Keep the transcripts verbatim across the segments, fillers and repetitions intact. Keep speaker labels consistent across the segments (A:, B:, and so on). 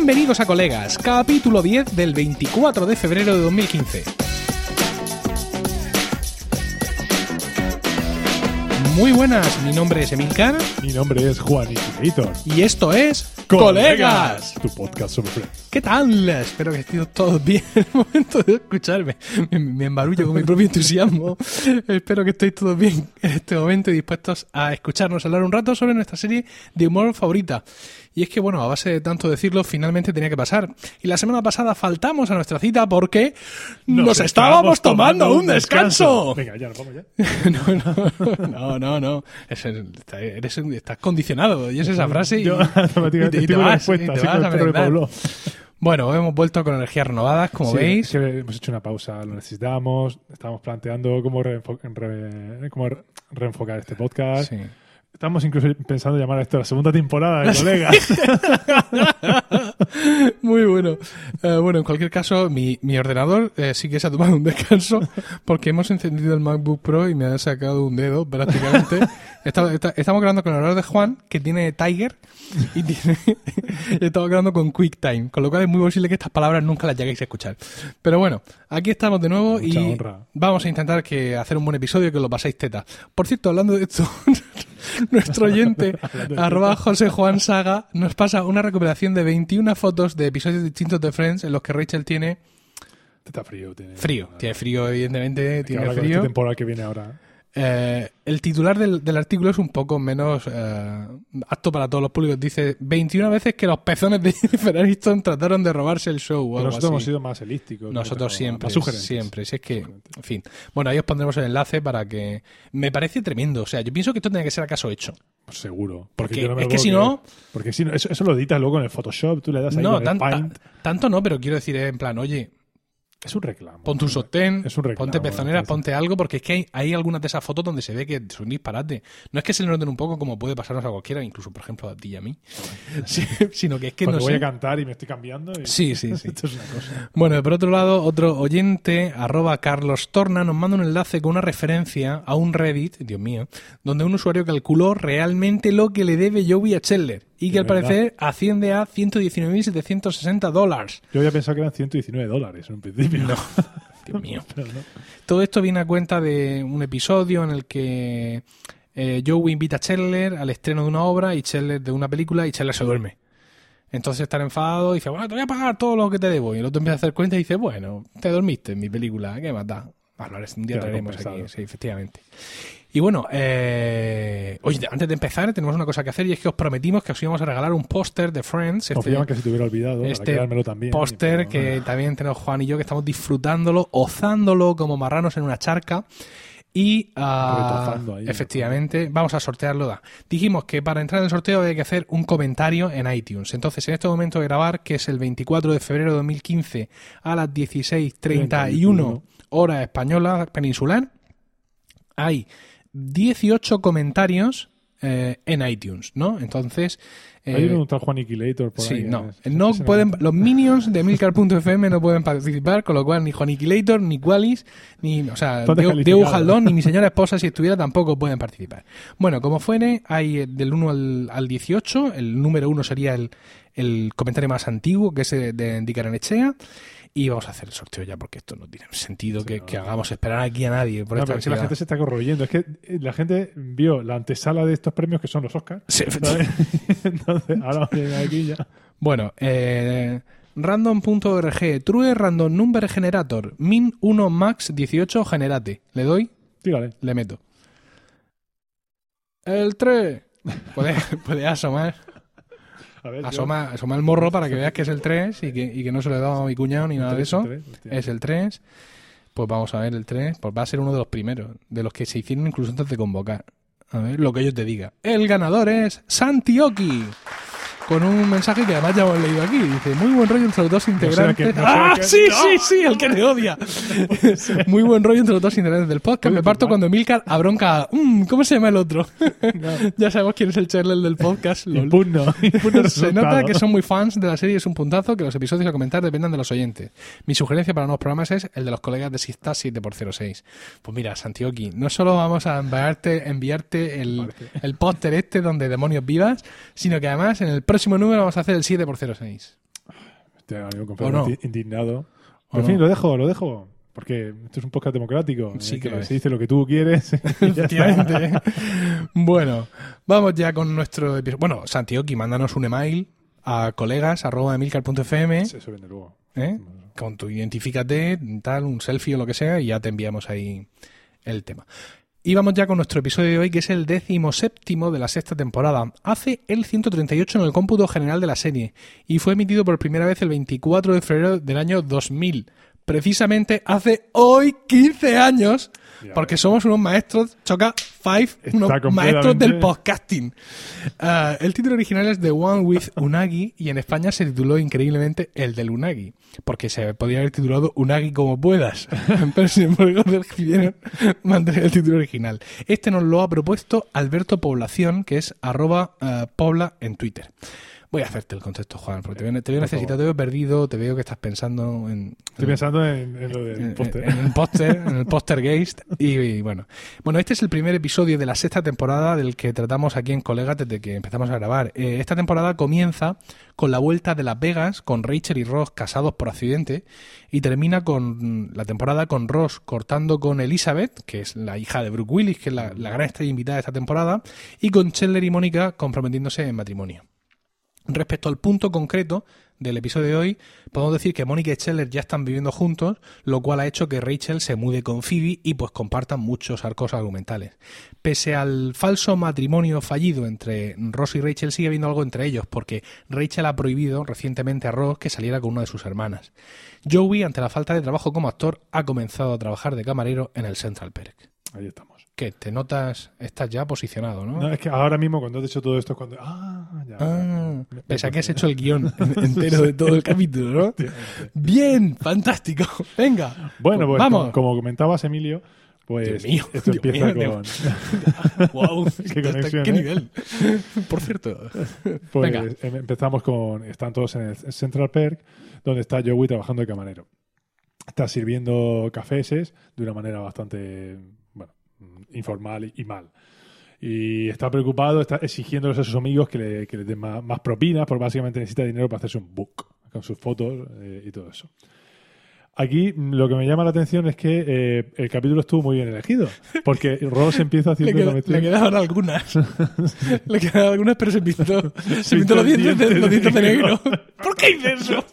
A: Bienvenidos a Colegas, capítulo diez del veinticuatro de febrero de dos mil quince. Muy buenas, mi nombre es Emilcar.
B: Mi nombre es Juan Iquilator.
A: Y esto es
B: Colegas, tu podcast sobre Friends.
A: ¿Qué tal? Espero que estén todos bien en el momento de escucharme. Me, me embarullo con mi propio entusiasmo. Espero que estéis todos bien en este momento y dispuestos a escucharnos hablar un rato sobre nuestra serie de humor favorita. Y es que, bueno, a base de tanto decirlo, finalmente tenía que pasar. Y la semana pasada faltamos a nuestra cita porque nos, nos estábamos tomando, tomando un descanso.
B: descanso. Venga, ya, nos vamos ya.
A: no, no, no, no, no. Es el, eres, estás condicionado. Y es esa frase y,
B: Yo,
A: y, te, y te vas, y te vas a merendar. Bueno, hemos vuelto con energías renovadas, como
B: sí,
A: veis.
B: Sí, hemos hecho una pausa, lo necesitábamos. Estábamos planteando cómo, reenfo- re- cómo re- reenfocar este podcast.
A: Sí.
B: Estamos incluso pensando llamar a esto la segunda temporada de Colegas.
A: Muy bueno. Uh, bueno, en cualquier caso, mi, mi ordenador eh, sí que se ha tomado un descanso porque hemos encendido el MacBook Pro y me ha sacado un dedo prácticamente. Está, está, estamos grabando con el ordenador de Juan, que tiene Tiger, y tiene estamos grabando con QuickTime, con lo cual es muy posible que estas palabras nunca las lleguéis a escuchar. Pero bueno, aquí estamos de nuevo. Mucha y honra. Vamos a intentar que hacer un buen episodio y que lo paséis teta. Por cierto, hablando de esto, nuestro oyente, arroba José Juan Saga, nos pasa una recopilación de veintiuna fotos de episodios distintos de Friends en los que Rachel tiene...
B: Está frío. Tiene
A: frío, tiene frío, evidentemente,
B: que
A: tiene
B: ahora
A: frío.
B: Con esta temporada que viene ahora...
A: Eh, el titular del, del artículo es un poco menos eh, apto para todos los públicos. Dice veintiuna veces que los pezones de Jennifer Aniston trataron de robarse el show o algo
B: nosotros
A: así.
B: hemos sido más elísticos.
A: Nosotros siempre,
B: más
A: siempre. Si es que, en fin. Bueno, ahí os pondremos el enlace para que... Me parece tremendo. O sea, yo pienso que esto tiene que ser acaso hecho.
B: Pues seguro.
A: Porque,
B: porque yo no me
A: es que si no...
B: Porque si no, eso, eso lo editas luego en el Photoshop, tú le das ahí
A: no,
B: con
A: tan,
B: el Paint.
A: Ta, tanto no, pero quiero decir, en plan, oye...
B: Es un reclamo.
A: Ponte un sostén,
B: es un reclamo,
A: ponte pezoneras, ponte algo, porque es que hay, hay algunas de esas fotos donde se ve que es un disparate. No es que se le noten un poco como puede pasarnos a cualquiera, incluso, por ejemplo, a ti y a mí, sí, sino que es que
B: Cuando
A: no
B: voy
A: sé.
B: a cantar y me estoy cambiando. Y...
A: Sí, sí, sí.
B: Esto es una cosa.
A: Bueno, por otro lado, otro oyente, arroba Carlos Torna, nos manda un enlace con una referencia a un Reddit, Dios mío, donde un usuario calculó realmente lo que le debe Joey a Chandler y que al verdad? parecer asciende a ciento diecinueve mil setecientos sesenta dólares.
B: Yo había pensado que eran ciento diecinueve dólares en un principio.
A: No. Dios mío.
B: No.
A: Todo esto viene a cuenta de un episodio en el que eh, Joey invita a Chandler al estreno de una obra y Chandler de una película y Chandler se duerme. Entonces está enfadado y dice, bueno, te voy a pagar todo lo que te debo. Y el otro empieza a hacer cuenta y dice, bueno, te dormiste en mi película, ¿qué más da? Bueno, un día traeremos aquí, sí, efectivamente. Y bueno, eh... oye, antes de empezar tenemos una cosa que hacer y es que os prometimos que os íbamos a regalar un póster de Friends.
B: Confiaban este, que se te hubiera olvidado,
A: este
B: para quedármelo también.
A: Póster
B: pero,
A: que
B: bueno.
A: también tenemos Juan y yo, que estamos disfrutándolo, ozándolo como marranos en una charca. Y uh, ahí, efectivamente, ¿no? Vamos a sortearlo. Da. Dijimos que para entrar en el sorteo hay que hacer un comentario en iTunes. Entonces, en este momento de grabar, que es el veinticuatro de febrero de dos mil quince a las dieciséis treinta y uno hora española peninsular, hay dieciocho comentarios eh, en iTunes, ¿no? Entonces... Eh,
B: hay un tal Juan Iquilator por
A: sí,
B: ahí.
A: no.
B: Es,
A: no pueden, los minions de Emilcar punto efe eme no pueden participar, con lo cual ni Juan Iquilator, ni Qualis, ni, o sea, Diego Jaldón, ni mi señora esposa, si estuviera, tampoco pueden participar. Bueno, como fuere, hay del uno al, al dieciocho, el número uno sería el, el comentario más antiguo, que es de, de Dicaranechea. Y vamos a hacer el sorteo ya, porque esto no tiene sentido sí, que, no, que hagamos esperar aquí a nadie. Por
B: no,
A: esta
B: pero si la gente se está corroyendo. Es que la gente vio la antesala de estos premios que son los Oscars.
A: Sí,
B: entonces, entonces, ahora viene aquí ya.
A: Bueno, eh, random punto org, True Random Number Generator, min uno max dieciocho generate. ¿Le doy?
B: Tírale.
A: Le meto. El tres. Puede, puede asomar. A ver, asoma, asoma el morro para que veas que es el tres y que, y que no se lo he dado a mi cuñado ni nada de eso. El tres, es el tres. Pues vamos a ver el tres. Pues va a ser uno de los primeros, de los que se hicieron incluso antes de convocar. A ver, lo que yo te diga. El ganador es Santioki. Con un mensaje que además ya hemos leído aquí. Dice, muy buen rollo entre los dos integrantes. No que, no ¡Ah, que, sí, no! sí, sí! El que te odia. Muy buen rollo entre los dos integrantes del podcast. Me parto cuando Emilcar abronca. Mmm, ¿cómo se llama el otro? No. Ya sabemos quién es el Chandler del podcast.
B: Impugno.
A: Se nota que son muy fans de la serie. Es un puntazo que los episodios a comentar dependan de los oyentes. Mi sugerencia para nuevos programas es el de los colegas de Sista siete por cero seis. Pues mira, Santioki, no solo vamos a enviarte, enviarte el, el póster este donde demonios vivas, sino que además en el próximo número vamos a hacer el siete por cero seis.
B: Estoy ahora mismo completamente
A: no?
B: indignado.
A: ¿O
B: En
A: no?
B: fin, lo dejo, lo dejo. Porque esto es un podcast democrático.
A: Sí
B: en
A: que
B: el
A: lo
B: que
A: es.
B: se dice lo que tú quieres. y ya está.
A: Efectivamente. Bueno, vamos ya con nuestro episodio. Bueno, Santioki, mándanos un email a colegas arroba emilcar punto f m,
B: Eso viene luego.
A: ¿eh? Con tu identifícate, tal, un selfie o lo que sea, y ya te enviamos ahí el tema. Y vamos ya con nuestro episodio de hoy, que es el décimo séptimo de la sexta temporada. Hace el ciento treinta y ocho en el cómputo general de la serie, y fue emitido por primera vez el veinticuatro de febrero del año dos mil. Precisamente hace hoy quince años,
B: Ya
A: porque
B: ves.
A: somos unos maestros, choca five,
B: Está
A: unos
B: completamente-
A: maestros del podcasting. Uh, el título original es The One with Unagi, y en España se tituló increíblemente el del Unagi, porque se podría haber titulado Unagi como puedas, pero sin embargo decidieron mantener el título original. Este nos lo ha propuesto Alberto Población, que es arroba uh, pobla en Twitter. Voy a hacerte el contexto, Juan, porque te veo, te veo
B: Por favor.
A: necesitado, te veo perdido, te veo que estás pensando en...
B: Estoy pensando en, en lo del
A: en,
B: póster.
A: en el póster, en el póstergeist y, y bueno. Bueno, este es el primer episodio de la sexta temporada del que tratamos aquí en Colegas desde que empezamos a grabar. Eh, esta temporada comienza con la vuelta de Las Vegas, con Rachel y Ross casados por accidente, y termina con la temporada con Ross cortando con Elizabeth, que es la hija de Brooke Willis, que es la, la gran estrella invitada de esta temporada, y con Chandler y Mónica comprometiéndose en matrimonio. Respecto al punto concreto del episodio de hoy, podemos decir que Mónica y Chandler ya están viviendo juntos, lo cual ha hecho que Rachel se mude con Phoebe y pues compartan muchos arcos argumentales. Pese al falso matrimonio fallido entre Ross y Rachel, sigue habiendo algo entre ellos, porque Rachel ha prohibido recientemente a Ross que saliera con una de sus hermanas. Joey, ante la falta de trabajo como actor, ha comenzado a trabajar de camarero en el Central Perk.
B: Ahí estamos.
A: ¿Qué? ¿Te notas? Estás ya posicionado, ¿no?
B: No, es que ahora mismo cuando has dicho todo esto es cuando... Ah, ya.
A: Ah,
B: Me-
A: pese a
B: me-
A: que has hecho el guión entero de todo el capítulo, ¿no?
B: Efectivamente.
A: Bien, fantástico. Venga,
B: Bueno, pues
A: vamos.
B: como, como comentabas, Emilio, pues
A: Dios mío,
B: esto
A: Dios
B: empieza
A: mío,
B: con...
A: Wow,
B: Qué conexión,
A: ¿qué
B: ¿eh?
A: nivel? Por cierto.
B: Pues
A: Venga.
B: em- empezamos con... Están todos en el Central Perk, donde está Joey trabajando de camarero. Está sirviendo cafés de una manera bastante, bueno, informal y, y mal. Y está preocupado, está exigiéndoles a sus amigos que le, que le den más, más propinas, porque básicamente necesita dinero para hacerse un book con sus fotos eh, y todo eso. Aquí mm, lo que me llama la atención es que eh, el capítulo estuvo muy bien elegido, porque Ross empieza
A: Le,
B: haciendo
A: queda-
B: una metión-
A: le quedaban algunas. Le quedaban algunas, pero se pintó, se
B: Pintó
A: pintó los dientes de,
B: dientes
A: los dientes de
B: de
A: negro.
B: negro.
A: ¿Por qué hice eso?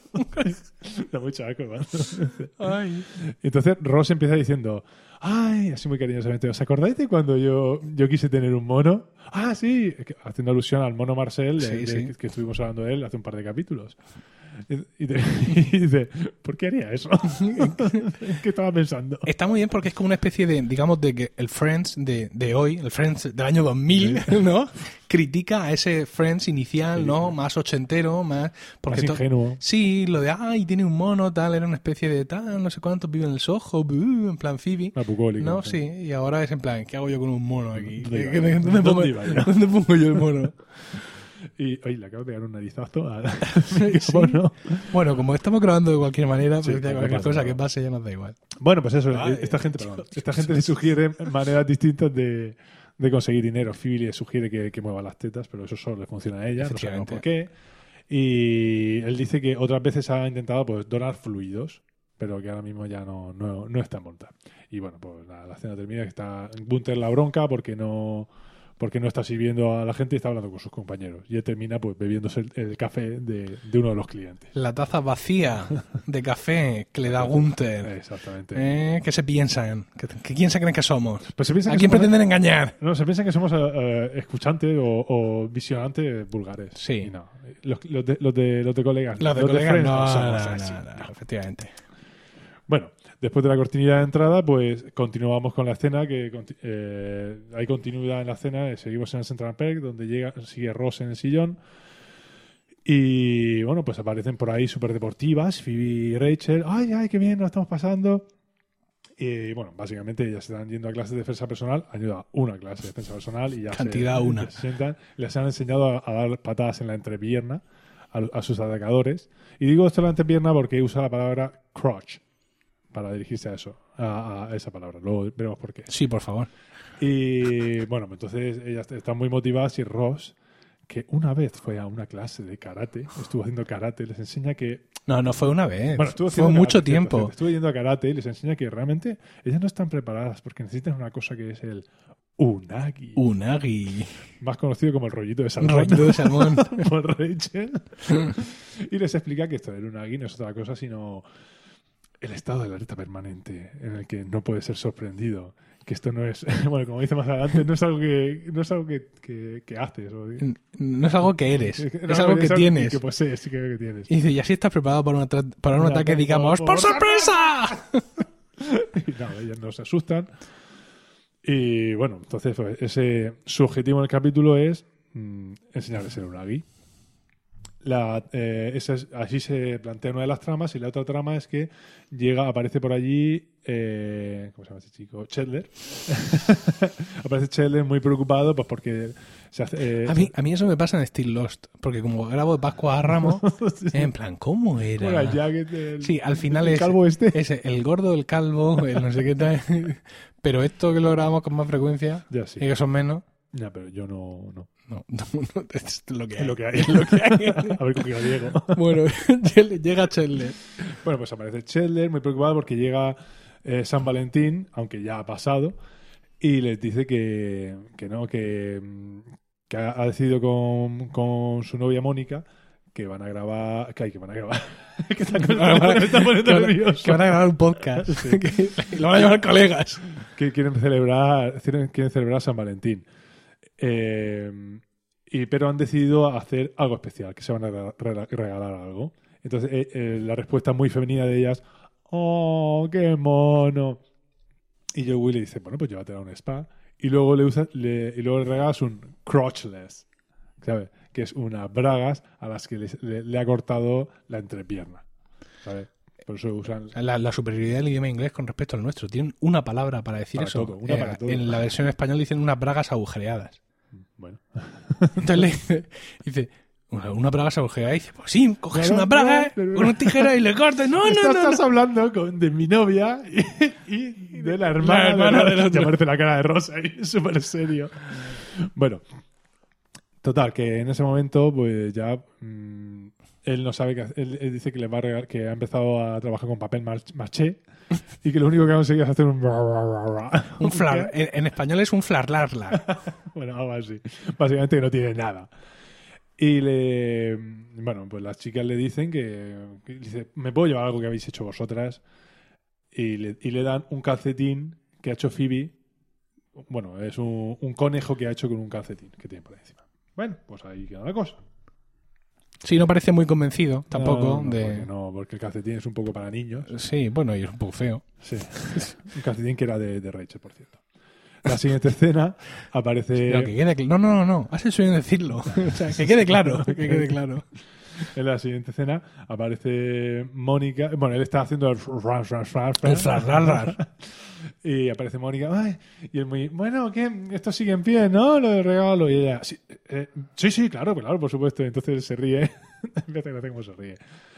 B: Da mucho asco, ¿vale?
A: Ay.
B: Entonces Ross empieza diciendo, ay, así muy cariñosamente, ¿os acordáis de cuando yo, yo quise tener un mono? Ah, sí, haciendo alusión al mono Marcel, de-
A: Sí,
B: de-
A: sí.
B: Que, que estuvimos hablando de él hace un par de capítulos. Y, y te- y dice, ¿por qué haría eso? ¿Qué estaba pensando?
A: Está muy bien porque es como una especie de, digamos, de que el Friends de, de hoy, el Friends del año dos mil, ¿no? Critica a ese Friends inicial,
B: Sí.
A: ¿no? Más ochentero, más... Porque
B: Más
A: to-
B: ingenuo.
A: Sí, lo de, ay, tiene un mono, tal, era una especie de tal, no sé cuántos viven en el Soho, buh, en plan Phoebe.
B: Más bucólico.
A: No, sí, y ahora es en plan, ¿qué hago yo con un mono aquí?
B: ¿Dónde
A: ¿Qué-
B: iba
A: qué-
B: yo?
A: ¿Dónde, pongo,
B: ¿Dónde iba yo?
A: ¿Dónde pongo yo el mono?
B: Y, oye, le acabo de pegar un narizazo a
A: Sí.
B: Bueno,
A: Bueno, como estamos grabando de cualquier manera,
B: Sí,
A: pues ya
B: no
A: cualquier
B: pasa
A: cosa
B: nada.
A: que pase ya nos da igual.
B: bueno, pues eso,
A: Ay,
B: esta gente, perdón,
A: Dios.
B: esta gente le sugiere maneras distintas de, de conseguir dinero. Phoebe le sugiere que, que mueva las tetas, pero eso solo le funciona a ella, no sabemos por qué. Y él dice que otras veces ha intentado pues donar fluidos, pero que ahora mismo ya no, no, no está en monta. Y bueno, pues la, la escena termina que está Gunther la bronca porque no porque no está sirviendo a la gente y está hablando con sus compañeros. Y él termina pues bebiéndose el, el café de, de uno de los clientes.
A: La taza vacía de café que le da Gunther.
B: Exactamente.
A: ¿Eh? ¿Qué se piensan? ¿Qué, qué- quién se creen que somos?
B: Pues se piensa
A: ¿A
B: que
A: quién
B: somos-
A: pretenden engañar?
B: No, se piensa que somos eh, eh, escuchantes o, o visionantes vulgares.
A: Sí.
B: Y no. Los, los de, los, de, los de colegas.
A: Los de colegas
B: Friends
A: no,
B: somos
A: no,
B: así,
A: no, no,
B: no.
A: efectivamente.
B: Bueno, después de la cortinilla de entrada, pues continuamos con la escena, que conti- eh, hay continuidad en la escena, eh, seguimos en el Central Perk, donde llega, sigue Ross en el sillón, y bueno, pues aparecen por ahí súper deportivas, Phoebe y Rachel, ay, ay, qué bien, nos estamos pasando. Y bueno, básicamente ellas están yendo a clases de defensa personal, han ido a una clase de defensa personal y ya
A: Cantidad
B: se,
A: una.
B: se sientan, les han enseñado a, a dar patadas en la entrepierna a, a sus atacadores. Y digo esto en la entrepierna porque usa la palabra crotch para dirigirse a eso, a, a esa palabra. Luego veremos por qué.
A: Sí, por favor.
B: Y bueno, pues entonces ellas están muy motivadas y Ross, que una vez fue a una clase de karate, estuvo haciendo karate, les enseña que
A: No, no fue una vez.
B: Bueno, estuvo
A: fue
B: haciendo
A: mucho
B: karate,
A: tiempo.
B: cierto, estuve yendo a karate y les enseña que realmente ellas no están preparadas porque necesitan una cosa que es el unagi.
A: Unagi.
B: Más conocido como el rollito de salmón.
A: Rollito de salmón.
B: Por Rachel. Y les explica que esto del unagi no es otra cosa sino el estado de alerta permanente en el que no puede ser sorprendido. Que esto no es, bueno, como dice más adelante, no es algo que, no es algo que, que, que haces. ¿O?
A: No es algo que eres, es,
B: no,
A: algo que
B: es
A: tienes.
B: Que posees, sí que, que tienes.
A: Y dice, y así estás preparado para, una para un, un ataque, digamos, ¡por, por sorpresa!
B: Y nada, ellas no se asustan. Y bueno, entonces pues, ese, su objetivo en el capítulo es mmm, enseñarles el unagi. La, eh, esa es, así se plantea una de las tramas, y la otra trama es que llega, aparece por allí eh, ¿cómo se llama este chico? Chandler. Aparece Chandler muy preocupado pues porque se hace, eh,
A: a, mí, a mí eso me pasa en Still Lost, porque como grabo de Pascua a Ramos, sí. En plan, ¿cómo era?
B: ¿Cómo era el Jacket del,
A: sí, al final
B: el
A: es,
B: calvo este?
A: es el gordo, el calvo, el no sé qué tal. Pero esto que lo grabamos con más frecuencia
B: ya, sí.
A: y que son menos.
B: Ya, pero yo no... no.
A: No, no, no, es lo que hay.
B: Es lo que hay.
A: Es lo que hay.
B: A ver con qué lo llego.
A: Bueno, llega Chandler.
B: Bueno, pues aparece Chandler muy preocupado porque llega eh, San Valentín, aunque ya ha pasado, y les dice que, que no, que, que ha, ha decidido con, con su novia Mónica que van a grabar... Que hay que van a grabar... que está, me está poniendo nervioso.
A: Que van a grabar un podcast. Sí. Que lo van a llamar colegas.
B: Que quieren celebrar, quieren celebrar San Valentín. Eh, y, pero han decidido hacer algo especial, que se van a regalar algo. Entonces eh, eh, la respuesta muy femenina de ellas, ¡oh, qué mono! Y Joey le dice, bueno, pues llévatela a un spa. Y luego le, usa, le, y luego le regalas un crotchless, ¿sabes? Que es unas bragas a las que le, le, le ha cortado la entrepierna, ¿sabes? Por eso usan...
A: La, la superioridad del idioma inglés con respecto al nuestro. Tienen una palabra para decir
B: para
A: eso.
B: Todo, una
A: eh,
B: para todo.
A: En la versión española dicen unas bragas agujereadas.
B: Bueno.
A: Entonces le dice, dice una, una bragas agujereada. Y dice, pues sí, coges claro, una braga no, pero... con una tijera y le cortas. No, no,
B: estás,
A: no.
B: Estás
A: no.
B: hablando con, de mi novia y, y de la hermana, la hermana de, de ya aparece la cara de Rosa ahí, súper serio. Bueno, total, que en ese momento pues ya... Mmm, él no sabe que él, él dice que le va a regalar, que ha empezado a trabajar con papel maché y que lo único que ha conseguido es hacer un
A: un flar, en, en español es un flarlarla.
B: Bueno, algo así. Básicamente que no tiene nada. Y le bueno, pues las chicas le dicen que, que dice, ¿me puedo llevar algo que habéis hecho vosotras? Y le, y le dan un calcetín que ha hecho Phoebe. Bueno, es un, un conejo que ha hecho con un calcetín que tiene por encima. Bueno, pues ahí queda la cosa.
A: Sí, no parece muy convencido tampoco.
B: No, no,
A: de...
B: porque no, porque el calcetín es un poco para niños.
A: Sí, bueno, y es un poco feo.
B: Sí, un calcetín que era de, de Rachel, por cierto. La siguiente escena aparece...
A: Pero que quede... No, no, no, no, has hecho bien decirlo. O sea, que quede claro, que quede claro.
B: En la siguiente escena aparece Mónica... Bueno, él está haciendo el...
A: El flar,
B: y aparece Mónica. Ay, y él muy... Bueno, ¿qué? Esto sigue en pie, ¿no? Lo del regalo. Y ella... Sí, eh, sí, sí, claro, claro, por supuesto. Entonces se ríe. Me hace gracia cómo se ríe.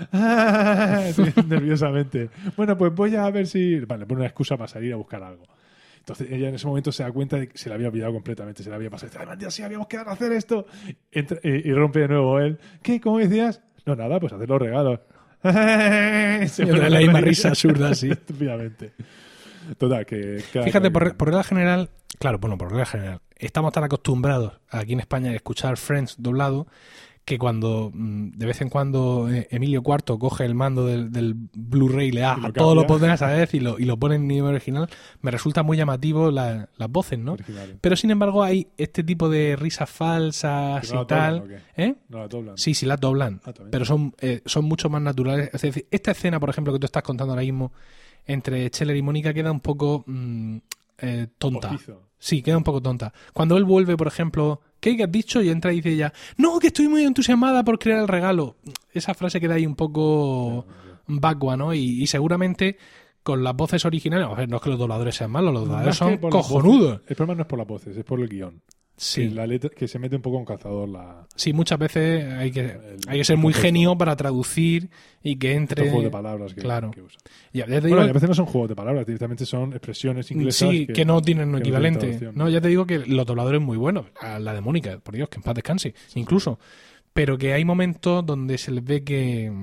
B: Sí, nerviosamente. Bueno, pues voy a ver si... Vale, le pone una excusa para salir a buscar algo. Entonces ella en ese momento se da cuenta de que se le había olvidado completamente, se le había pasado. ¡Ay, Dios, sí, habíamos quedado a hacer esto! Entra, y, y rompe de nuevo él. ¿Qué? ¿Cómo decías? No, nada, pues hacer los regalos.
A: Se pone la misma risa absurda, así.
B: Estúpidamente. Total, que...
A: Fíjate, por, por regla general... Claro, bueno, por regla general. Estamos tan acostumbrados aquí en España a escuchar Friends doblado que cuando de vez en cuando Emilio cuarto coge el mando del, del Blu-ray y le da a todos los poderes a la vez y lo, y lo pone en idioma original, me resulta muy llamativo la, las voces, ¿no? Originales. Pero sin embargo hay este tipo de risas falsas
B: no
A: y tal.
B: Doblan,
A: ¿Eh?
B: No la doblan.
A: Sí, sí las doblan, ah, pero son, eh, son mucho más naturales. Es decir, esta escena, por ejemplo, que tú estás contando ahora mismo entre Chandler y Mónica queda un poco mmm, eh, tonta.
B: Postizo.
A: Sí, queda un poco tonta. Cuando él vuelve, por ejemplo, ¿qué has dicho? Y entra y dice ella, no, que estoy muy entusiasmada por crear el regalo. Esa frase queda ahí un poco vacua, ¿no? Y, y seguramente con las voces originales, a ver, no es que los dobladores sean malos, los dobladores son cojonudos.
B: El problema no es por las voces, es por el guión.
A: Sí.
B: Que, la letra, que se mete un poco en calzador la...
A: Sí, muchas veces hay que, el, hay que ser muy genio para traducir y que entre...
B: Estos juegos de palabras que,
A: claro.
B: que usan.
A: Ya, ya te
B: bueno,
A: digo,
B: y a veces no son juegos de palabras, directamente son expresiones inglesas
A: sí,
B: que,
A: que no tienen
B: que
A: equivalente.
B: No tienen
A: no, ya te digo que los dobladores muy buenos. La de Mónica, por Dios, que en paz descanse. Sí. Incluso. Pero que hay momentos donde se les ve que...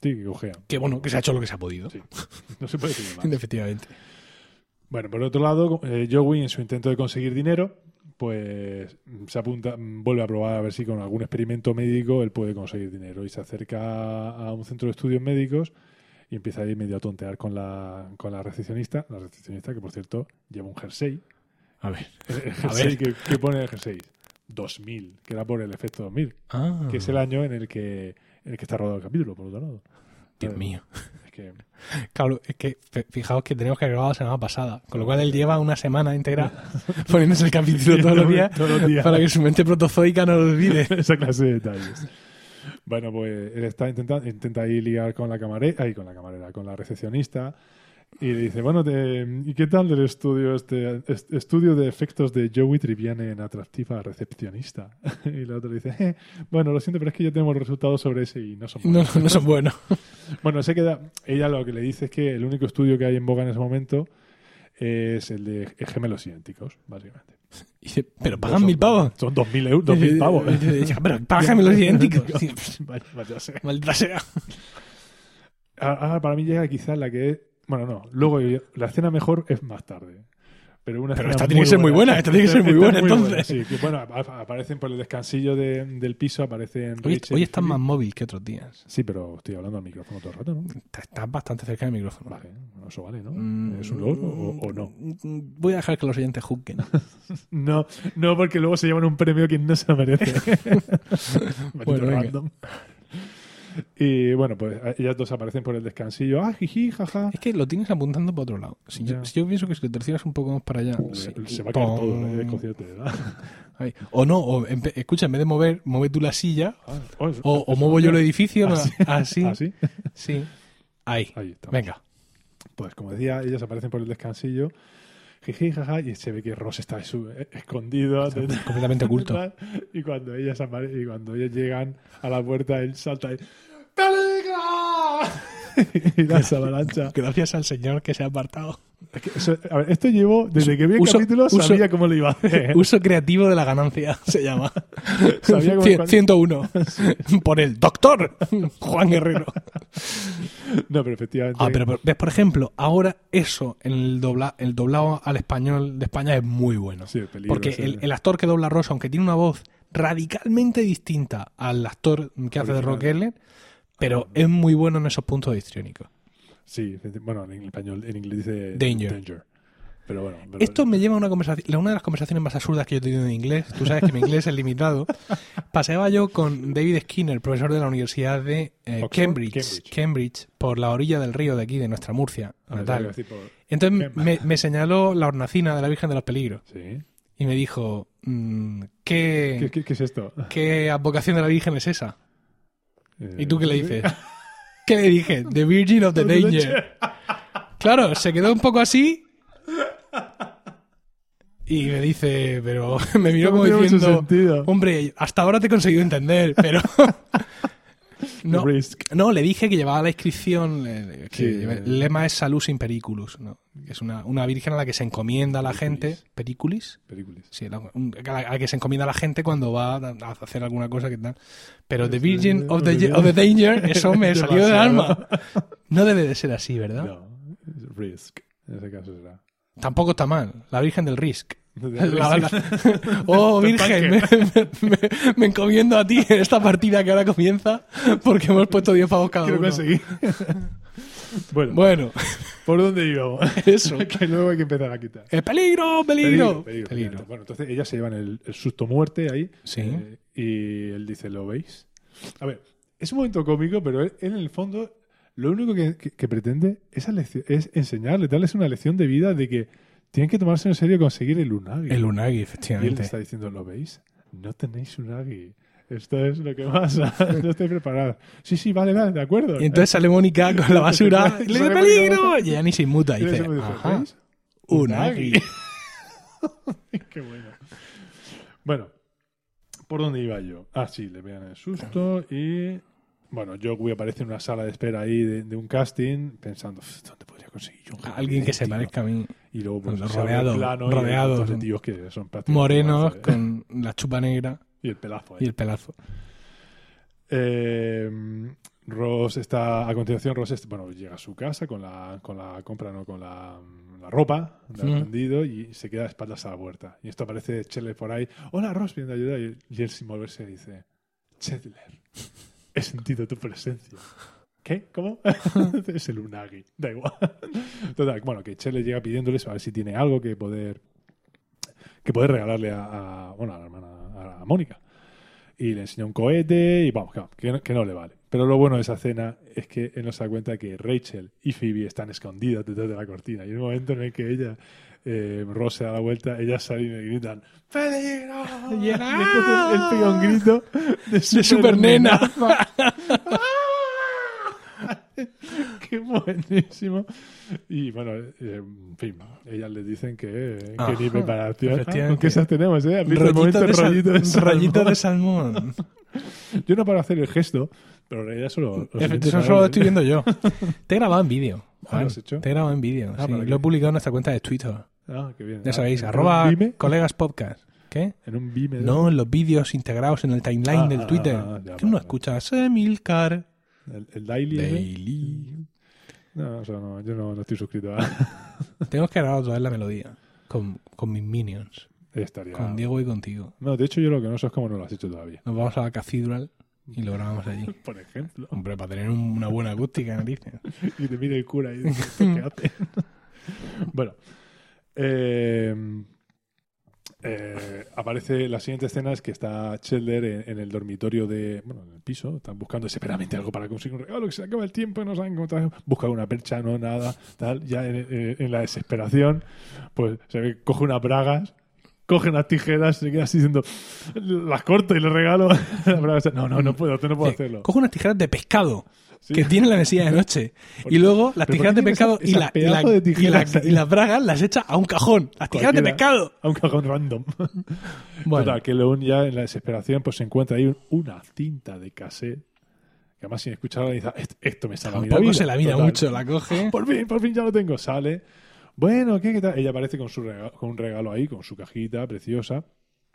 B: Sí, que cojean.
A: Que bueno, que se ha hecho lo que se ha podido.
B: Sí. No se puede decir más.
A: Efectivamente.
B: Bueno, por otro lado, eh, Joey, en su intento de conseguir dinero, pues se apunta, vuelve a probar a ver si con algún experimento médico él puede conseguir dinero y se acerca a un centro de estudios médicos y empieza ahí medio a tontear con la, con la recepcionista, la recepcionista que por cierto lleva un jersey.
A: A ver.
B: El, el
A: A
B: jersey
A: ver.
B: que, que pone el jersey dos mil, que era por el efecto dos mil,
A: Ah,
B: que es el año en el que en el que está rodado el capítulo, por otro lado.
A: Dios
B: Eh,
A: mío.
B: Es que
A: Claro, es que f- fijaos que tenemos que grabar la semana pasada, con lo cual él lleva una semana entera poniéndose el capítulo todos los días
B: Todos los días.
A: para que su mente protozoica no lo olvide.
B: esa clase de detalles. Bueno, pues él está intentando intenta ahí ligar con la camarera, ahí con la camarera, con la recepcionista y le dice, bueno, te, ¿y qué tal del estudio este est- estudio de efectos de Joey Tribbiani en atractiva recepcionista? Y la otra le dice, eh, bueno, lo siento, pero es que ya tenemos resultados sobre ese y no son
A: No,
B: buenos.
A: no son buenos.
B: Bueno, se queda. Ella lo que le dice es que el único estudio que hay en boga en ese momento es el de gemelos idénticos, básicamente.
A: Y dice, pero pagan
B: Son-
A: mil pavos.
B: Son dos mil euros, dos mil pavos.
A: Y dice, pero págame los idénticos. Sí,
B: Vaya- vaya sea.
A: maldita sea.
B: Ahora para mí llega quizás la que es. Bueno, no. Luego la escena mejor es más tarde. Pero, una
A: Pero
B: escena
A: esta tiene que ser muy buena, esta tiene que ser muy
B: Esta es
A: buena, entonces.
B: Sí, que, bueno, ap- aparecen por el descansillo de- del piso, aparecen.
A: Hoy,
B: Rachel
A: hoy
B: y
A: estás
B: Philip.
A: más móvil que otros días.
B: Sí, pero estoy hablando al micrófono todo el rato, ¿no?
A: Estás estás bastante cerca del micrófono.
B: Vale, bueno, eso vale, ¿no?
A: Mm,
B: ¿Es un logro o, o no?
A: Voy a dejar que los oyentes juzguen.
B: No, no, porque luego se llevan un premio quien no se lo merece. Maldito
A: Bueno, venga.
B: random. Y bueno, pues ellas dos aparecen por el descansillo. Ah, jiji, jaja.
A: Es que lo tienes apuntando para otro lado. Si yo,
B: Ya.
A: si yo pienso que si lo tercias un poco más para allá.
B: Se,
A: sí.
B: se va a caer todo
A: Pum.
B: ¿eh? el concierto, ¿verdad?
A: Ahí. O no, o en ve- escucha, en vez de mover, mueve tú la silla.
B: Ah, oh, eso-
A: O, o
B: eso-
A: muevo yo el edificio.
B: Así.
A: Así.
B: ¿Así?
A: Sí. Ahí.
B: Ahí está.
A: Venga.
B: Pues como decía, ellas aparecen por el descansillo. Jiji, jaja, y se ve que Ross está ahí su- eh, escondido.
A: Está completamente oculto.
B: Y cuando ellas apare- y cuando ellas llegan a la puerta, él salta y ¡peligro! Y las avalancha.
A: Gracias al señor que se ha apartado.
B: Es que eso- a ver, esto llevo, desde que vi el
A: Uso-
B: capítulo,
A: uso-
B: sabía cómo lo iba a hacer.
A: Uso creativo de la ganancia, se llama.
B: Sabía cómo-
A: Cien- ciento uno. Por el doctor Juan Guerrero.
B: No, pero efectivamente.
A: Ah, pero, pero, ves, por ejemplo, ahora eso, en el, dobla, el doblado al español de España es muy bueno.
B: Sí, el peligro.
A: Porque
B: ese.
A: el, el actor que dobla a Ross, aunque tiene una voz radicalmente distinta al actor que hace de
B: Original.
A: Rock Eller, pero
B: Ah,
A: es muy bueno en esos puntos histriónicos.
B: Sí, bueno, en español, en inglés dice
A: Danger.
B: Pero bueno. pero-
A: Esto me lleva a una conversación, una de las conversaciones más absurdas que yo he tenido en inglés. Tú sabes que mi inglés es limitado. Paseaba yo con David Skinner, profesor de la Universidad de eh,
B: Oxford,
A: Cambridge,
B: Cambridge.
A: Cambridge, por la orilla del río de aquí, de nuestra Murcia,
B: Ah,
A: natal.
B: iba a decir por-
A: Entonces
B: Cam-
A: me, me señaló la hornacina de la Virgen de los Peligros
B: Sí.
A: y me dijo, mm,
B: ¿Qué,
A: ¿qué,
B: qué, qué es esto?
A: ¿qué advocación de la Virgen es esa?
B: Eh,
A: ¿Y tú qué le dices? ¿Qué le dije? The Virgin of the Danger. Claro, se quedó un poco así y me dice, pero me miró
B: No
A: como
B: tiene mucho
A: diciendo,
B: sentido.
A: hombre, hasta ahora te he conseguido entender, pero... No,
B: Risk.
A: no, le dije que llevaba la inscripción, eh, que
B: Sí,
A: lleva-
B: eh.
A: el lema es Salus in Periculus, ¿no? Es una, una virgen a la que se encomienda a la gente. ¿Periculis?
B: Películas.
A: Sí, la, un- a la, a la que se encomienda a la gente cuando va a, a hacer alguna cosa que tal. Pero The Virgin of the, of the Danger, eso me salió del alma. No debe de ser así, ¿verdad?
B: No, es Risk. En ese caso será.
A: Tampoco está mal. La Virgen del Risk.
B: De
A: La-
B: Risk.
A: la- oh, Virgen, me, me- me- me encomiendo a ti en esta partida que ahora comienza porque hemos puesto diez pavos cada
B: Que lo
A: uno.
B: conseguí. Bueno,
A: Bueno,
B: ¿por dónde íbamos?
A: eso.
B: Que luego hay que empezar a quitar.
A: ¡Eh, peligro, peligro!
B: Peligro, peligro,
A: Peligro.
B: peligro. Bueno, entonces ellas se llevan el, el susto muerte ahí.
A: Sí.
B: eh, y él dice, ¿lo veis? A ver, es un momento cómico, pero él, él en el fondo lo único que, que- que pretende es, alecci- es enseñarle, darles una lección de vida de que tienen que tomarse en serio conseguir el Unagi.
A: El Unagi,
B: y él
A: efectivamente.
B: está diciendo, ¿lo veis? No tenéis Unagi. Esto es lo que pasa. No estoy preparado. Sí, sí, vale, vale, de acuerdo.
A: Y entonces sale Mónica con la basura y le dice
B: Sale
A: peligro
B: Mónica.
A: y ella ni se inmuta y
B: Y él
A: dice,
B: se me dice,
A: ajá,
B: ¿veis?
A: Unagi.
B: Qué bueno. Bueno, ¿por dónde iba yo? Ah, sí, le vean el susto y... Bueno, Joey aparece en una sala de espera ahí de, de un casting pensando, "Uf, ¿dónde podría conseguir yo un jefe
A: Alguien que se
B: tío?".
A: parezca a mí.
B: Y luego pues,
A: Rodeado-
B: se abre el plano y hay un
A: rodeado
B: montón de
A: de
B: tíos que son prácticamente
A: Morenos
B: iguales, ¿eh?
A: con la chupa negra
B: Y el pelazo.
A: y
B: ahí.
A: el pelazo.
B: Eh, Ross está, a continuación, Ross está, bueno, llega a su casa con la, con la compra, no, con la, la ropa del
A: Mm.
B: vendido y se queda de espaldas a la puerta. Y esto aparece Chandler por ahí. Hola, Ross, viene de ayuda. Y, y él, sin moverse, dice: Chandler, he sentido tu presencia. ¿Qué? ¿Cómo? Es el Unagi. Da igual. Total, bueno, que Chandler llega pidiéndoles a ver si tiene algo que poder que poder regalarle a, a, bueno, a la hermana, a Mónica. Y le enseña un cohete y vamos, que no, que no le vale. Pero lo bueno de esa escena es que él nos da cuenta que Rachel y Phoebe están escondidas detrás de la cortina. Y en un momento en el que ella, eh, Ross se da la vuelta, ellas salen y le gritan ¡Peligro!
A: Y
B: Y
A: él,
B: entonces él pega un grito de
A: De
B: super,
A: super nena.
B: ¡Qué buenísimo! Y bueno, eh, en fin, ellas le dicen que,
A: Ajá,
B: que ni preparación.
A: efectivamente.
B: Ah, ¿con qué esas tenemos, eh? ¿Has visto el
A: Rollito
B: momento
A: de, sal-
B: rollito de salmón?
A: rollito de salmón.
B: Yo no paro hacer el gesto, pero en realidad solo... los
A: Efe-
B: oyentes
A: Eso
B: no
A: solo lo
B: ven.
A: estoy viendo yo. Te he grabado en vídeo.
B: Ah,
A: Juan.
B: ¿lo has hecho?
A: Te he grabado en vídeo.
B: Ah,
A: sí.
B: ¿para qué?
A: Lo he publicado en nuestra cuenta de Twitter.
B: Ah, qué bien.
A: Ya
B: Ah,
A: sabéis,
B: ¿en
A: arroba
B: un Vime?
A: colegas podcast. ¿Qué?
B: ¿En un Vime?
A: No, en los vídeos integrados en el timeline
B: Ah,
A: del
B: ah,
A: Twitter.
B: ah, ya,
A: ¿Tú no
B: vale,
A: escuchas Emilcar?
B: ¿El, el Daily? ese?
A: Daily.
B: No, o sea, no, yo no, no estoy suscrito a...
A: Tenemos que grabar otra vez la melodía. Con, con mis minions.
B: Estaría...
A: Con Diego y contigo.
B: No, de hecho yo lo que no sé es cómo no lo has hecho todavía.
A: Nos vamos a la Cathedral y lo grabamos allí.
B: Por ejemplo.
A: Hombre, para tener un- una buena acústica, narices.
B: Y te mira el cura y dice, ¿esto qué hace? Bueno. Eh, eh, aparece la siguiente escena es que está Chandler en, en el dormitorio de... Bueno, en el piso. Están buscando desesperadamente algo para conseguir un regalo, que se acaba el tiempo y no saben encontrar. Buscan una percha, no, nada. Tal. Ya en, en- en la desesperación, pues se ve, coge unas bragas, coge unas tijeras, se queda así diciendo, las corto y le regalo. Las bragas, no, no, no puedo, no puedo
A: Sí,
B: hacerlo.
A: coge unas tijeras de pescado
B: Sí.
A: que tiene en la mesilla de noche.
B: ¿Por
A: Y
B: qué?
A: luego las
B: ¿Pero
A: tijeras
B: por
A: de
B: qué
A: pescado
B: tiene
A: y,
B: esa-
A: la,
B: esa
A: y, la-
B: pedazo de
A: y la-
B: tijeras ahí?
A: y las bragas las echa a un cajón. Las tijeras de
B: Cualquiera.
A: pescado.
B: A un cajón random.
A: Bueno,
B: Total, que León ya en la desesperación pues se encuentra ahí una cinta de cassette que además sin escucharla dice, "Est- esto me salva a mí la
A: tampoco
B: vida".
A: se la mira
B: Total.
A: mucho, la coge.
B: Por fin, por fin ya lo tengo. Sale. Bueno, ¿qué, qué tal? Ella aparece con, su regalo, con un regalo ahí, con su cajita preciosa.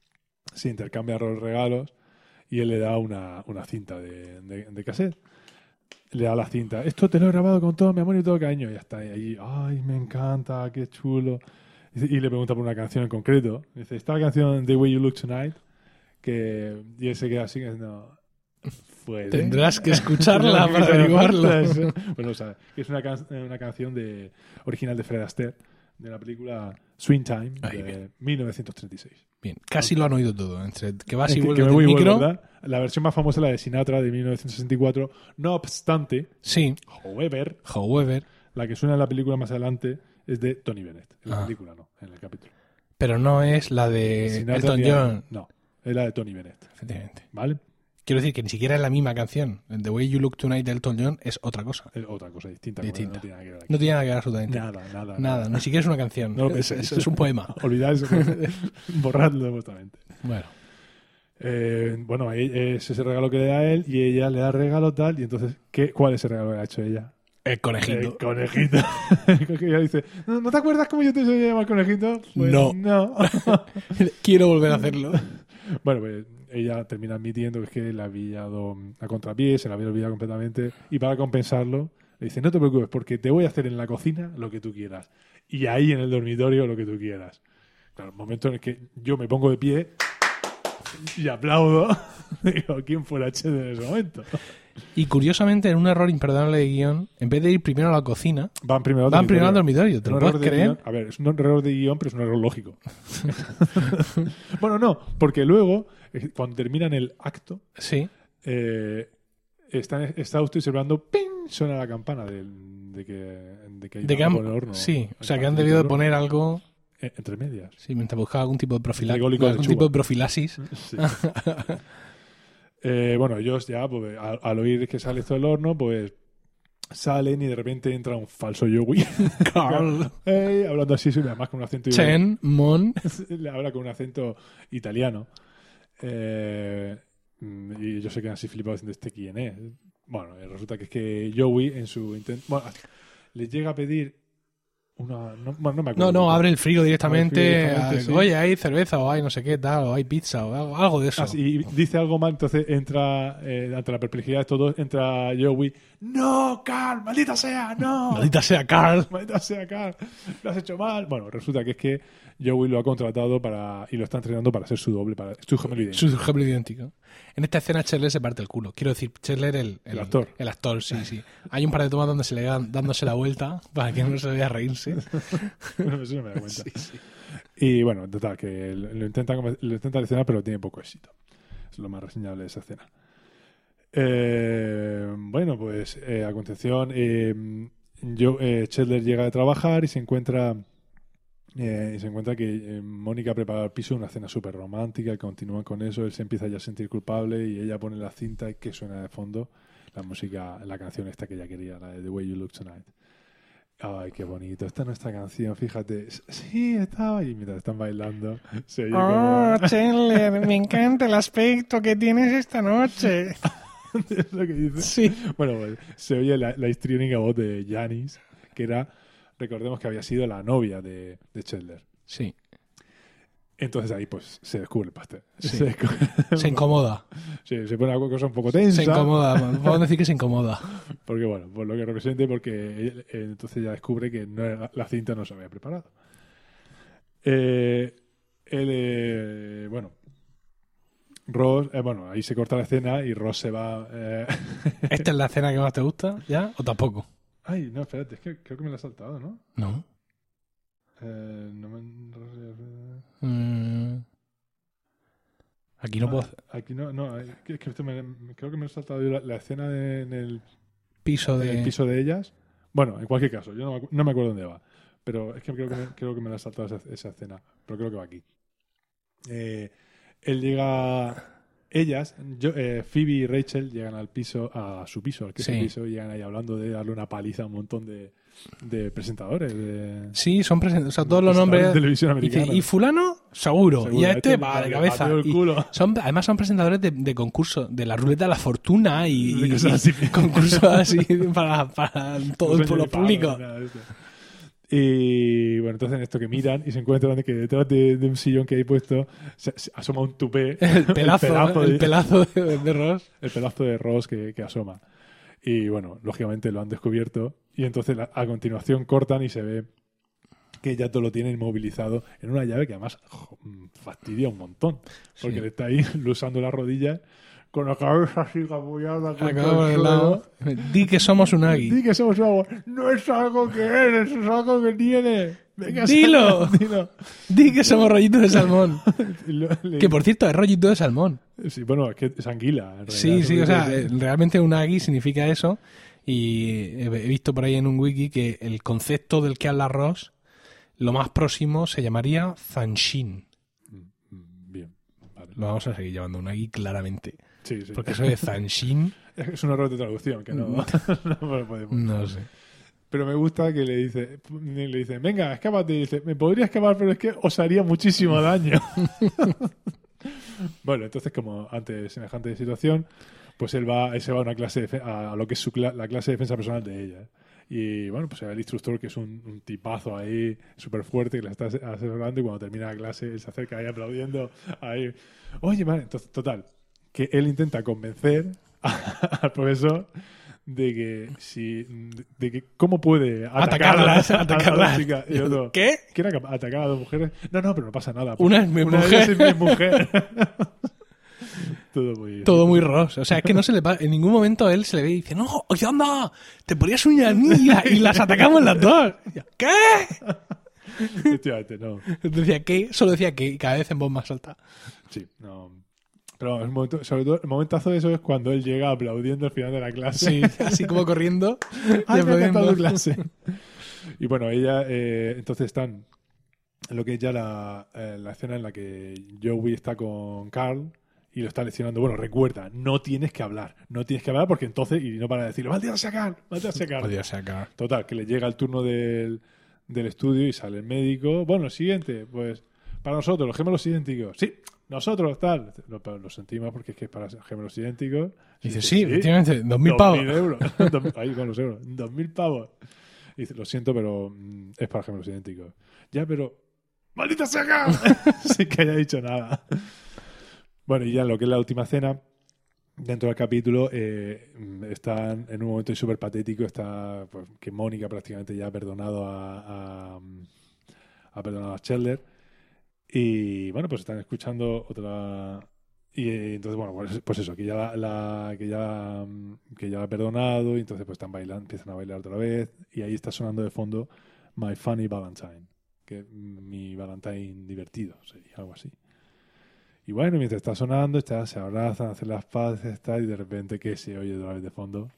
B: Se intercambia los regalos y él le da una, una cinta de, de, de cassette. Le da la cinta. Esto te lo he grabado con todo mi amor y todo cariño. Y ya está ahí. Ay, me encanta, qué chulo. Dice- Y le pregunta por una canción en concreto. Dice, ¿está la canción The Way You Look Tonight? Que, y él se queda así. No, puede.
A: Tendrás que escucharla
B: Tengo que
A: para
B: escucharla.
A: averiguarlo.
B: Bueno, o sea, que es una, can- una canción de, original de Fred Astaire, de la película Swing Time,
A: Ay,
B: de
A: bien.
B: mil novecientos treinta y seis.
A: Bien, casi lo han oído todo. Entre que vas y
B: Que- que
A: vuelves
B: me
A: del
B: voy y vuelvo,
A: micro.
B: ¿verdad? La versión más famosa es la de Sinatra de mil novecientos sesenta y cuatro. No obstante,
A: Sí,
B: however,
A: however.
B: la que suena en la película más adelante es de Tony Bennett. En la
A: Ah.
B: película no, en el capítulo.
A: Pero no es la de
B: Sinatra
A: Elton
B: ni-
A: John.
B: No, es la de Tony Bennett.
A: Efectivamente.
B: ¿Vale?
A: Quiero decir que ni siquiera es la misma canción. The Way You Look Tonight de Elton John es otra cosa.
B: Es otra cosa distinta.
A: Distinta.
B: No tiene nada que ver aquí.
A: No tiene nada que ver absolutamente.
B: Nada, nada.
A: Nada, ni siquiera es una canción.
B: No lo
A: es,
B: penséis.
A: es- es un poema.
B: Olvidad eso. Borradlo supuestamente.
A: Bueno,
B: Eh, bueno, ahí es ese regalo que le da él y ella le da regalo tal. Y entonces, ¿qué, ¿cuál es el regalo que le ha hecho ella?
A: el conejito.
B: El conejito. Que ella dice, ¿no, ¿no te acuerdas cómo yo te enseñé a llamar conejito? Pues
A: No.
B: no.
A: Quiero volver a hacerlo.
B: Bueno, pues ella termina admitiendo que es que le había dado a contrapié, se la había olvidado completamente. Y para compensarlo, le dice, no te preocupes, porque te voy a hacer en la cocina lo que tú quieras. Y ahí en el dormitorio lo que tú quieras. Claro, el momento en el que yo me pongo de pie y aplaudo. Digo, ¿quién fuera Chandler en ese momento?
A: Y curiosamente, en un error imperdonable de guión, en vez de ir primero a la cocina,
B: Van primero al
A: van primero al
B: dormitorio.
A: dormitorio. ¿Te
B: Un
A: lo
B: error
A: puedes
B: de
A: creer?
B: guión. A ver, es un error de guión, pero es un error lógico. Bueno, no, porque luego, eh, cuando terminan el acto,
A: Sí.
B: eh, está, está usted observando, ¡ping! Suena la campana del- de, que, de que hay
A: De que
B: algo
A: han-
B: en el horno.
A: sí, o sea
B: Hay
A: que han
B: pastelito
A: debido de
B: en el
A: poner
B: horno.
A: algo.
B: Eh, entre medias.
A: Sí, mientras buscaba algún tipo de profilaxis.
B: Rególico de
A: Algún
B: lechuga.
A: tipo de profilaxis.
B: Sí. Eh, bueno, ellos ya, pues, al, al oír que sale esto del horno, pues salen y de repente entra un falso Joey.
A: Carl.
B: Hey, hablando así, además con un acento
A: Chen, Mon.
B: le habla con un acento italiano. Eh, y ellos se quedan así flipados diciendo, ¿este quién es? Bueno, eh, resulta que es que Joey en su intento... Bueno, le llega a pedir Una, no, bueno, no me
A: No,
B: acuerdo.
A: no, abre el frigo directamente.
B: Abre el frigo directamente,
A: a-
B: sí.
A: Oye, hay cerveza o hay no sé qué tal, o hay pizza o algo, algo de eso.
B: Ah, sí, y dice algo mal, entonces entra, eh, ante la perplejidad de todos, entra Joey. ¡No, Carl! ¡Maldita sea! ¡No!
A: Maldita sea Carl.
B: ¡Maldita sea, Carl! ¡Lo has hecho mal! Bueno, resulta que es que Joey lo ha contratado para y lo está entrenando para ser su doble, para su gemelo idéntico.
A: Su gemelo idéntico. En esta escena Chandler se parte el culo. Quiero decir, Chandler el,
B: El actor.
A: El actor, sí, sí. Hay un par de tomas donde se le dan dándose la vuelta para que no se vea reírse.
B: Bueno, eso no me da cuenta.
A: Sí, sí.
B: Y bueno, total, que lo intenta, lo intenta leccionar, pero tiene poco éxito. Es lo más reseñable de esa escena. Eh, bueno, pues eh, a continuación, eh, yo, eh, Chandler llega de trabajar y se encuentra eh, y se encuentra que eh, Mónica prepara el piso, una cena súper romántica, y continúan con eso. Él se empieza ya a sentir culpable y ella pone la cinta y que suena de fondo la música, la canción esta que ella quería, la de The Way You Look Tonight. Ay, qué bonito. Esta es nuestra canción, fíjate. Sí, estaba ahí mientras están bailando. Se oye
A: Oh,
B: como-
A: Chandler, me encanta el aspecto que tienes esta noche.
B: es lo que dice.
A: Sí.
B: Bueno, pues se oye la, la histriónica voz de Janis, que era, recordemos que había sido la novia de, de Chandler.
A: Sí.
B: Entonces ahí pues se descubre el pastel.
A: Sí.
B: Se, descubre-
A: Se incomoda.
B: Sí, se pone una cosa un poco tensa.
A: Se incomoda. Podemos decir que se incomoda.
B: Porque bueno, por lo que represente, porque él, eh, entonces ya descubre que no era- la cinta no se había preparado. Eh, él, eh, bueno, Ross, eh, bueno, ahí se corta la escena y Ross se va. eh,
A: ¿Esta es la escena que más te gusta? ¿Ya? ¿O tampoco?
B: Ay, no, espérate, es que creo que me la he saltado, ¿no?
A: No.
B: Eh, no me...
A: Mm. Aquí no puedo.
B: Ah, aquí no, no, es que, es que esto me- me- creo que me he saltado yo la, la escena de- en, el,
A: Piso
B: en
A: de.
B: el piso de ellas. Bueno, en cualquier caso, yo no me, acu- no me acuerdo dónde va. Pero es que creo que me, creo que me la he saltado esa, esa escena. Pero creo que va aquí. Eh, él llega. Ellas, yo, eh, Phoebe y Rachel, llegan al piso, a su piso, al que es
A: Sí.
B: su piso, y llegan ahí hablando de darle una paliza a un montón de, de presentadores. De,
A: Sí, son presentes. O sea, todos los
B: presentadores
A: nombres.
B: de televisión
A: Y, dice,
B: americana.
A: ¿y fulano? Seguro.
B: Seguro,
A: Y a este
B: este
A: va de
B: le
A: cabeza.
B: pateó el
A: Y
B: culo.
A: son, además son presentadores de, de concursos, de la ruleta de la fortuna y,
B: De
A: y-
B: cosas así.
A: y concursos así para, para todo el
B: Sueño
A: pueblo
B: de pavo,
A: público.
B: nada de eso. Y bueno, entonces en esto que miran y se encuentran de que detrás de, de un sillón que hay puesto se, se asoma un tupé.
A: El pelazo,
B: el pelazo,
A: el
B: de,
A: pelazo de, de Ross.
B: el pelazo de Ross que, que asoma. Y bueno, lógicamente lo han descubierto. Y entonces la- a continuación cortan y se ve que ya todo lo tiene inmovilizado en una llave que además jo, mm, fastidia un montón. Porque
A: Sí.
B: le está ahí usando las rodillas con la cabeza así apoyada contra
A: Acá por
B: el
A: el lado.
B: suelo.
A: Di que somos un
B: Di
A: Agui.
B: que somos agua. No es algo que eres, es algo que tienes. Venga,
A: Dilo.
B: dilo.
A: Di que somos rollitos de salmón.
B: Y lo- le-
A: Que por cierto, es rollito de salmón.
B: Sí, bueno, es que es anguila. en
A: Sí,
B: realidad.
A: sí, o sea, eh, realmente un Agui significa eso. Y he he visto por ahí en un wiki que el concepto del que habla Ross, lo más próximo se llamaría Zanshin.
B: Mm, mm, Bien, vale.
A: Lo vamos a seguir llamando un Agui claramente.
B: Sí, sí.
A: Porque eso de Zanshin,
B: Es un error de traducción, que no, no lo podemos.
A: no sé.
B: Pero me gusta que le dice, le dice, venga, escápate. Y dice, me podría escapar, pero es que os haría muchísimo daño. Bueno, entonces, como ante semejante situación, pues él va, él se va a una clase de, a, a lo que es su cla- la clase de defensa personal de ella. Y bueno, pues el instructor, que es un, un tipazo ahí, súper fuerte, que la está ase- asesorando, y cuando termina la clase, él se acerca ahí aplaudiendo. Ahí, oye, vale, entonces, total, que él intenta convencer a- al profesor de que si de que cómo puede
A: Atacarlas,
B: atacar a- a
A: atacarlas.
B: la chica. Y el otro,
A: ¿Qué?
B: ¿que era capaz de atacar a dos mujeres? No, no, pero no pasa nada.
A: Una es mi
B: Una de
A: mujer.
B: ellas es mi mujer. Todo muy
A: Todo muy Ross. O sea, es que no se le pa- en ningún momento a él se le ve y dice, no, oye, anda, te ponías uñas niñas y las atacamos las dos. Y yo, ¿qué?
B: Efectivamente, no.
A: Decía, ¿qué? Solo decía que y cada vez en voz más alta.
B: Sí, no. Pero vamos, el momento- sobre todo el momentazo de eso es cuando él llega aplaudiendo al final de la clase.
A: Sí, así como corriendo.
B: ¡Ay,
A: y
B: me ha encantado
A: aplaudiendo.
B: tu clase! Y bueno, ella, eh, entonces están en lo que es ya la, eh, la escena en la que Joey está con Carl y lo está leccionando. Bueno, recuerda, no tienes que hablar, no tienes que hablar porque entonces, y no para decirle, ¡maldita sea Carl! ¡Maldita sea Carl!
A: Podía sacar.
B: Total, que le llega el turno del, del estudio y sale el médico. Bueno, siguiente, pues para nosotros, los gemelos idénticos. Sí, nosotros, tal. Lo, lo sentimos porque es que es para gemelos idénticos.
A: Dice, sí, efectivamente, dos mil
B: dos
A: pavos.
B: mil euros. Dos mil- ahí con los euros. Dos mil pavos. Y dice, lo siento, pero mm, es para gemelos idénticos. Ya, pero... ¡Maldita sea! Sin que haya dicho nada. Bueno, y ya lo que es la última cena, dentro del capítulo, eh, están en un momento súper patético, está pues, que Mónica prácticamente ya ha perdonado a, a, ha perdonado a Chandler. Y bueno, pues están escuchando otra... Y eh, entonces, bueno, pues, pues eso, que ya la, la- que ya que ya la ha perdonado, y entonces pues están bailando, empiezan a bailar otra vez, y ahí está sonando de fondo My Funny Valentine, que es mi Valentine divertido, sería algo así. Y bueno, mientras está sonando, está, se abrazan, hacen las paces, tal, y de repente, ¿qué se oye otra vez de fondo?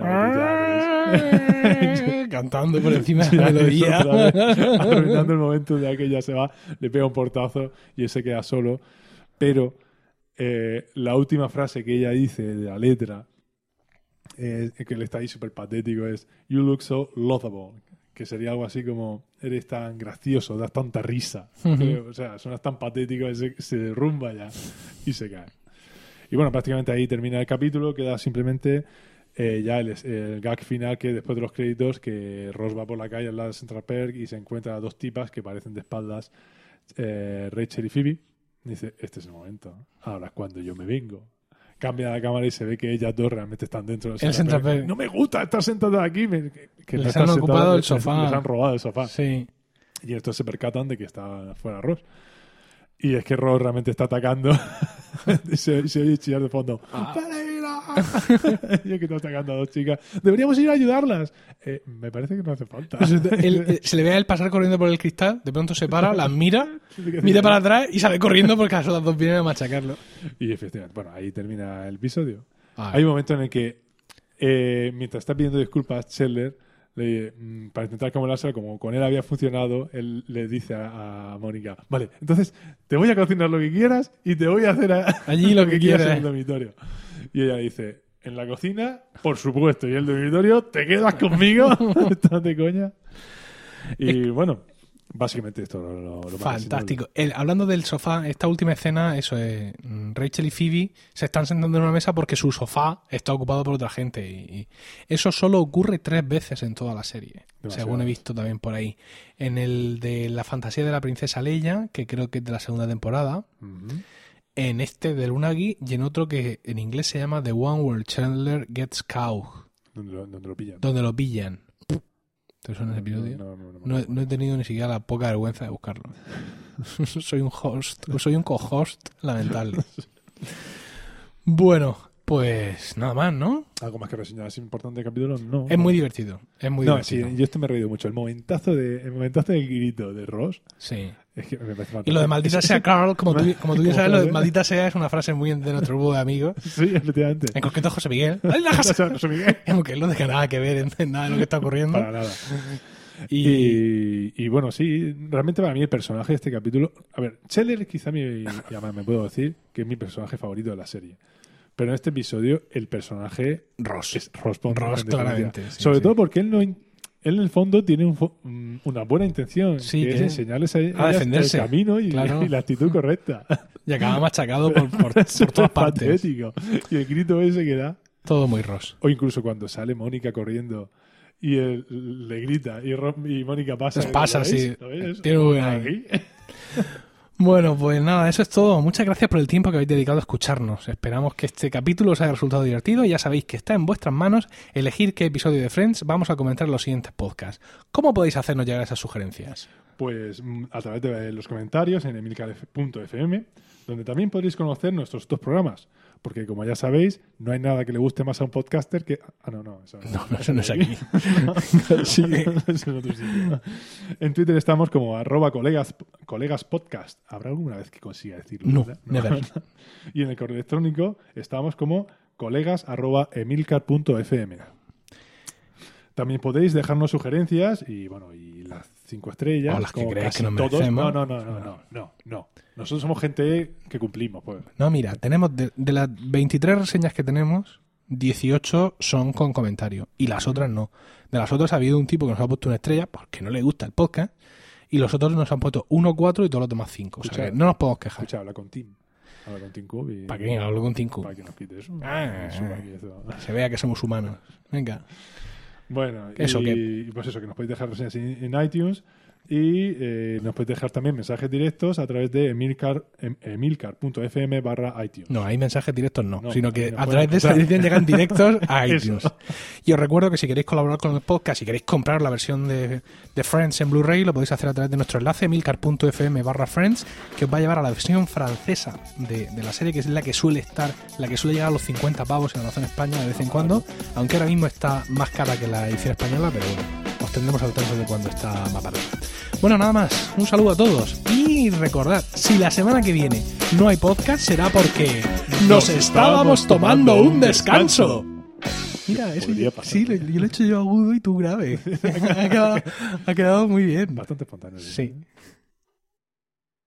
B: La Betty
A: Cantando por encima de la
B: Janice
A: melodía.
B: otra vez, arruinando el momento de que ella se va, le pega un portazo y él se queda solo. Pero eh, la última frase que ella dice de la letra, eh, que le está ahí súper patético, es You look so lovable. Que sería algo así como eres tan gracioso, das tanta risa.
A: Ujú.
B: O sea, suena tan patético que se, se derrumba ya y se cae. Y bueno, prácticamente ahí termina el capítulo, queda simplemente eh, ya el, el gag final, que después de los créditos, que Ross va por la calle al lado de Central Perk y se encuentra a dos tipas que parecen de espaldas, eh, Rachel y Phoebe. Y dice, este es el momento, ahora es cuando yo me vengo. Cambia la cámara y se ve que ellas dos realmente están dentro del
A: El
B: Central
A: Central
B: Perk.
A: Perk.
B: No me gusta estar sentado aquí. Me- que, que no
A: Les
B: están
A: han
B: sentados,
A: ocupado el
B: les-
A: sofá.
B: Les han robado el sofá.
A: Sí.
B: Y estos se percatan de que está fuera Ross. Y es que Ross realmente está atacando. y se, se oye chillar de fondo.
A: Ah.
B: ¡Pereira! Y es que está atacando a dos chicas. Deberíamos ir a ayudarlas. Eh, me parece que no hace falta.
A: Él- él- se le ve a él pasar corriendo por el cristal, de pronto se para, las mira, mira para atrás y sale corriendo porque las otras dos vienen a machacarlo.
B: Y efectivamente, bueno, ahí termina el episodio.
A: Ah.
B: Hay un momento en el que, eh, mientras está pidiendo disculpas, Chandler, le, mm, para intentar camolársela, como con él había funcionado, él le dice a, a Mónica, vale, entonces te voy a cocinar lo que quieras y te voy a hacer a-
A: Allí lo que quieras.
B: en el dormitorio. Y ella dice, en la cocina, por supuesto, y en el dormitorio, te quedas conmigo. Estás de coña. Y bueno, básicamente esto lo, lo, lo más
A: Fantástico. El- hablando del sofá, esta última escena, eso es, mm, Rachel y Phoebe se están sentando en una mesa porque su sofá está ocupado por otra gente. Y, y eso solo ocurre tres veces en toda la serie,
B: Demasiado.
A: según he visto también por ahí. En el de la fantasía de la princesa Leia, que creo que es de la segunda temporada.
B: Ujú.
A: En este del Unagi y en otro que en inglés se llama The One Where Chandler Gets Caught,
B: ¿Dónde lo, dónde lo pillan?
A: donde lo pillan. ¿Te suena ese episodio?
B: No, no, no, no,
A: No, he-
B: no.
A: no he tenido ni siquiera la poca vergüenza de buscarlo. Soy un host, soy un co-host lamentable. Bueno, pues nada más, ¿no?
B: ¿Algo más que reseñar? ¿Es importante el capítulo? No.
A: Es
B: no.
A: muy divertido. Es muy
B: No,
A: divertido.
B: sí, yo esto me he reído mucho. El momentazo, de, el momentazo del grito de Ross
A: Sí.
B: es que me parece fantástico.
A: Y lo de maldita
B: Es-
A: sea
B: es-
A: Carl, como tú, como tú bien sabes, lo de
B: frase.
A: maldita sea es una frase muy de nuestro grupo de amigos.
B: Sí, efectivamente.
A: En concreto José Miguel. ¡Ay, la casa!
B: José Miguel.
A: Aunque él no deja nada que ver en, en nada de lo que está ocurriendo.
B: Para nada.
A: Y,
B: Y, y bueno, sí, realmente para mí el personaje de este capítulo... A ver, Chandler quizá mi, y además me puedo decir que es mi personaje favorito de la serie. Pero en este episodio el personaje
A: Ross.
B: es Ross Pond,
A: Ross,
B: en definitiva.
A: claramente, sí,
B: Sobre
A: sí.
B: todo porque él no... in- Él en el fondo tiene un fo- mm, una buena intención,
A: Sí,
B: que es
A: que-
B: enseñarles a,
A: a
B: ellas
A: defenderse.
B: el camino y,
A: Claro.
B: y la actitud correcta.
A: Y acaba machacado por, por, por
B: Súper
A: todas partes.
B: patético. Y el grito ese que da.
A: Todo muy Ross.
B: O incluso cuando sale Mónica corriendo y él le grita y, Ro- y Mónica pasa.
A: Pues pasa,
B: ¿Lo
A: sí.
B: veis? ¿Lo veis?
A: Tiene muy buena-
B: Aquí.
A: Bueno, pues nada, eso es todo. Muchas gracias por el tiempo que habéis dedicado a escucharnos. Esperamos que este capítulo os haya resultado divertido. Ya sabéis que está en vuestras manos elegir qué episodio de Friends vamos a comentar en los siguientes podcasts. ¿Cómo podéis hacernos llegar esas sugerencias?
B: Pues mm, a través de los comentarios en emilcar punto f m, donde también podréis conocer nuestros otros programas. Porque como ya sabéis, no hay nada que le guste más a un podcaster que... Ah, no, no. Eso
A: No, no, eso no es aquí.
B: Sí, eso es en otro sitio. En Twitter estamos como arroba colegas, colegas podcast. ¿Habrá alguna vez que consiga decirlo?
A: No,
B: ¿verdad?
A: never.
B: Y en el correo electrónico estamos como colegas arroba emilcar punto f m. También podéis dejarnos sugerencias y bueno, y las cinco estrellas.
A: O las que
B: como
A: creáis
B: casi
A: que nos
B: todos.
A: merecemos.
B: No, no, no, no, no, no, no. Nosotros somos gente que cumplimos, pues.
A: No, mira, tenemos de, de las veintitrés reseñas que tenemos, dieciocho son con comentario y las otras no. De las otras ha habido un tipo que nos ha puesto una estrella porque no le gusta el podcast y los otros nos han puesto uno, cuatro y todos los demás cinco. O sea
B: Escucha,
A: que no nos podemos quejar.
B: Escucha, habla con Tim. Habla con Tim Cook y...
A: ¿Para qué hablo con Tim Cook?
B: Para que nos quite eso.
A: Ah,
B: Eso, aquí, eso.
A: Se vea que somos humanos. Venga.
B: Bueno,
A: Eso
B: y
A: que-
B: pues eso, que nos podéis dejar reseñas en, en iTunes y eh, nos podéis dejar también mensajes directos a través de emilcar, em, emilcar.fm barra iTunes.
A: No, hay mensajes directos no,
B: No,
A: sino que
B: no
A: a
B: pueden
A: través de esa
B: pasar.
A: edición llegan directos a iTunes.
B: Eso.
A: Y os recuerdo que si queréis colaborar con el podcast, si queréis comprar la versión de, de Friends en Blu-ray, lo podéis hacer a través de nuestro enlace emilcar.fm barra Friends, que os va a llevar a la versión francesa de, de la serie, que es la que suele estar, la que suele llegar a los cincuenta pavos en Amazon España de vez en cuando, aunque ahora mismo está más cara que la edición española, pero bueno, os tendremos al tanto de cuando está más barata. Bueno, nada más, un saludo a todos y recordad, si la semana que viene no hay podcast será porque nos estábamos tomando un descanso. Mira, eso
B: Podría
A: yo,
B: pasar.
A: sí, lo- yo lo he hecho yo agudo y tú grave. ha, quedado, ha quedado muy bien.
B: Bastante espontáneo.
A: Sí.